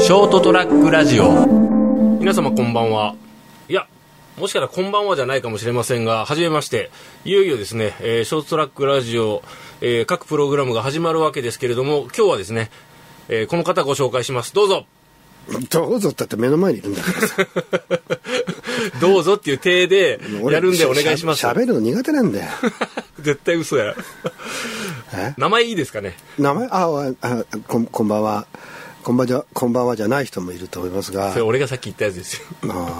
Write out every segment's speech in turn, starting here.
ショートトラックラジオ。皆様こんばんは。いや、もしかしたらこんばんはじゃないかもしれませんが、はじめまして。いよいよですね、ショートトラックラジオ、各プログラムが始まるわけですけれども、今日はですね、この方ご紹介します。どうぞ。 どうぞってって目の前にいるんだからさどうぞっていう体でやるんでお願いします。 喋るの苦手なんだよ絶対嘘や。名前いいですかね。 名前こんばんは。こんばんはじゃない人もいると思いますが、 それ俺がさっき言ったやつですよ。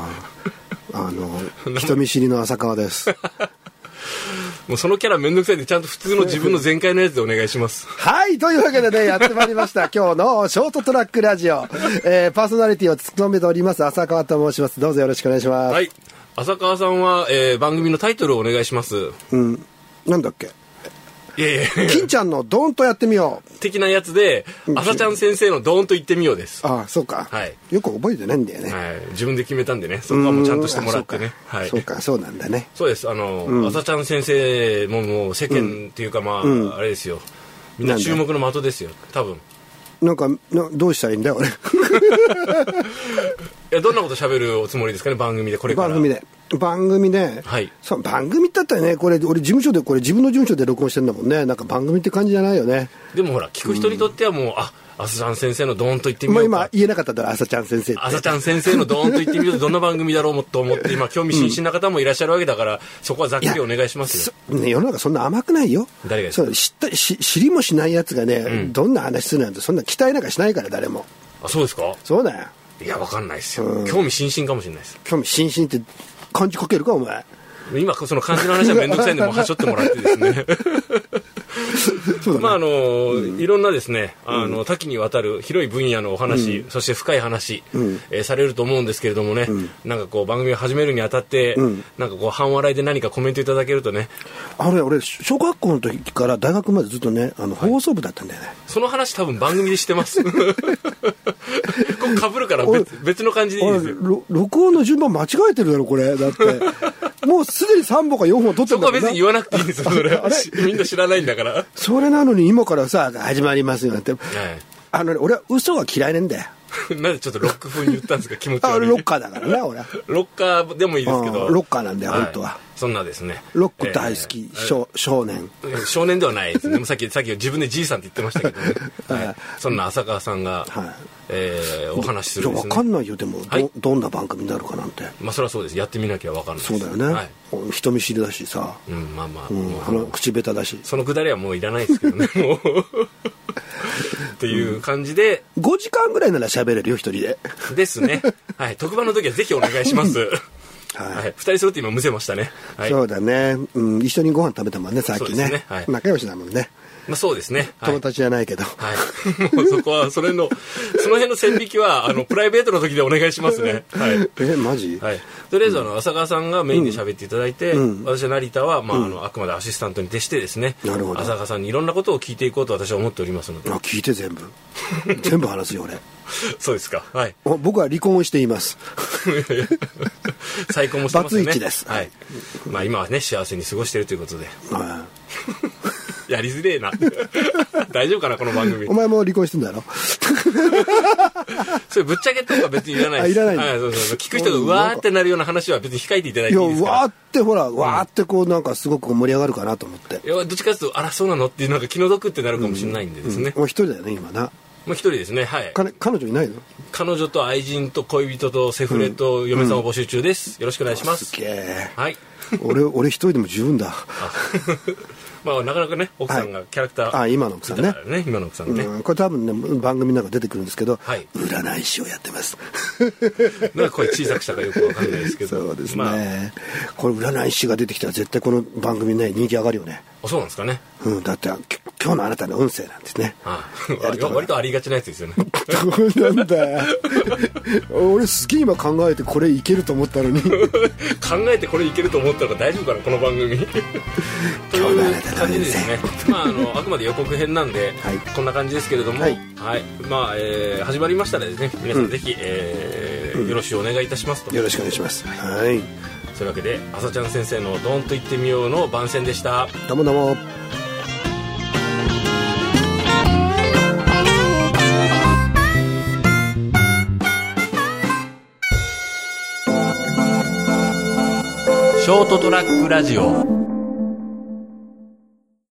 人見知りの浅川ですもうそのキャラめんどくさいんで、ちゃんと普通の自分の前回のやつでお願いしますはい、というわけでね、やってまいりました今日のショートトラックラジオ、パーソナリティを務めております浅川と申します。どうぞよろしくお願いします。 はい、浅川さんは、番組のタイトルをお願いします。 なんだっけ。 いやいや金ちゃんのドーンとやってみよう的なやつで、朝ちゃん先生のドーンと言ってみようです。 ああ、そうか、 はい、 よく覚えてないんだよね、 はい、自分で決めたんでね、そこはもうちゃんとしてもらってね。はい、 そうか、そうなんだね。 そうです。朝ちゃん先生もう世間っていうか、まあ、あれですよ、みんな注目の的ですよ多分。 なんかどうしたらいいんだよ俺いや、どんなこと喋るおつもりですかね、番組で。これから番組で、はい、そう番組だったらね、これ俺自分の事務所で録音してんだもんね。なんか番組って感じじゃないよね。 でもほら、聞く人にとってはもう、朝ちゃん先生のドーンと言ってみようか。 今言えなかったら朝ちゃん先生って、 朝ちゃん先生のドーンと言ってみようとどんな番組だろうと思って今興味津々な方もいらっしゃるわけだから、そこはざっくりお願いしますよ。 ね、世の中そんな甘くないよ。 誰がですか。 知りもしないやつがね、どんな話するなんてそんな期待なんかしないから誰も。 あ、そうですか。 そうだよ。 いや、わかんないですよ、興味津々かもしれないです。 興味津々って漢字書けるかお前。 今その漢字の話はめんどくさいんでもうはしょってもらってですねまあいろんなですね、多岐にわたる広い分野のお話、そして深い話、されると思うんですけれどもね、なんかこう番組を始めるにあたって、なんかこう半笑いで何かコメントいただけるとね。俺小学校の時から大学までずっとね、放送部だったんだよね。 その話多分番組でしてますここかぶるから別の感じでいいですよ。 録音の順番間違えてるだろこれ。だってもうすでに3本か4本撮ってるんだから。そこは別に言わなくていいんですよ。それみんな知らないんだからそれなのに今からさ始まりますよなんて、はい、俺は嘘は嫌いなんだよなんでちょっとロック風に言ったんですか。気持ち悪い。 ロッカーだからね俺。 ロッカーでもいいですけど、 ロッカーなんだよ、本当は。 そんなですね、 ロック大好き、少年ではないですね。さっき自分でじいさんって言ってましたけどね、はい、そんな浅川さんが、お話しするんですね。 分かんないよでも、どんな番組になるかなんて。 まあそれはそうです。やってみなきゃ分かんないです。 そうだよね、はい、人見知りだしさ、 まあ口下手だし、 そのくだりはもういらないですけどねもうっていう感じで、 5時間ぐらいなら喋れるよ一人でですね。はい、特番の時はぜひお願いしますはい、2人揃って今むせましたね、はい、 そうだね、一緒にご飯食べたもんねさっき ね、 はい、 仲良しだもんね。 まあ、そうですね、 友達じゃないけど、 はい、もうそこはその辺の線引きはプライベートの時でお願いしますね、はい、 マジ、 はい、とりあえず浅川さんがメインで喋っていただいて、私は成田は、あくまでアシスタントに徹してですね、 なるほど、 浅川さんにいろんなことを聞いていこうと私は思っておりますので。 聞いて全部話すよ俺そうですか、はい、 僕は離婚をしています再婚もしてますね。 バツイチです、 はい、まあ、今はね幸せに過ごしているということで、やりづれえな大丈夫かなこの番組。 お前も離婚してんだろそれぶっちゃけとか別にいらないです。 いらない、 そう聞く人がうわーってなるような話は別に控えていただいていいですから。 わーってほら、わーってこうなんかすごく盛り上がるかなと思って。 いや、どっちかというとあらそうなのっていうなんか気の毒ってなるかもしれないんでですね、 もう一人だよね今な。 もう一人ですね、はい。 彼女いないの？ 彼女と愛人と恋人とセフレと嫁さんを募集中です、よろしくお願いします。 すげえ、 はい、 俺一人でも十分だまあ、なかなかね奥さんがキャラクター、 今の奥さんね、 今の奥さんね、 これ多分ね番組なんか出てくるんですけど、 占い師をやってますなんか声小さくしたかよくわかんないですけどそうですね、これ占い師が出てきたら絶対この番組ね人気上がるよね。 そうなんですかね、 だって今日のあなたの運勢なんですね。 割とありがちなやつですよねなんだ俺すげえ今考えてこれいけると思ったのに考えてこれいけると思ったら大丈夫かなこの番組という感じですね。あくまで予告編なんで、こんな感じですけれども、まあ始まりましたらですね、皆さんぜひ、よろしくお願いいたしますと。 よろしくお願いします。はい、 そういうわけで朝ちゃん先生のドーンと言ってみようの番宣でした。 どうもどうも。 ショートトラックラジオ。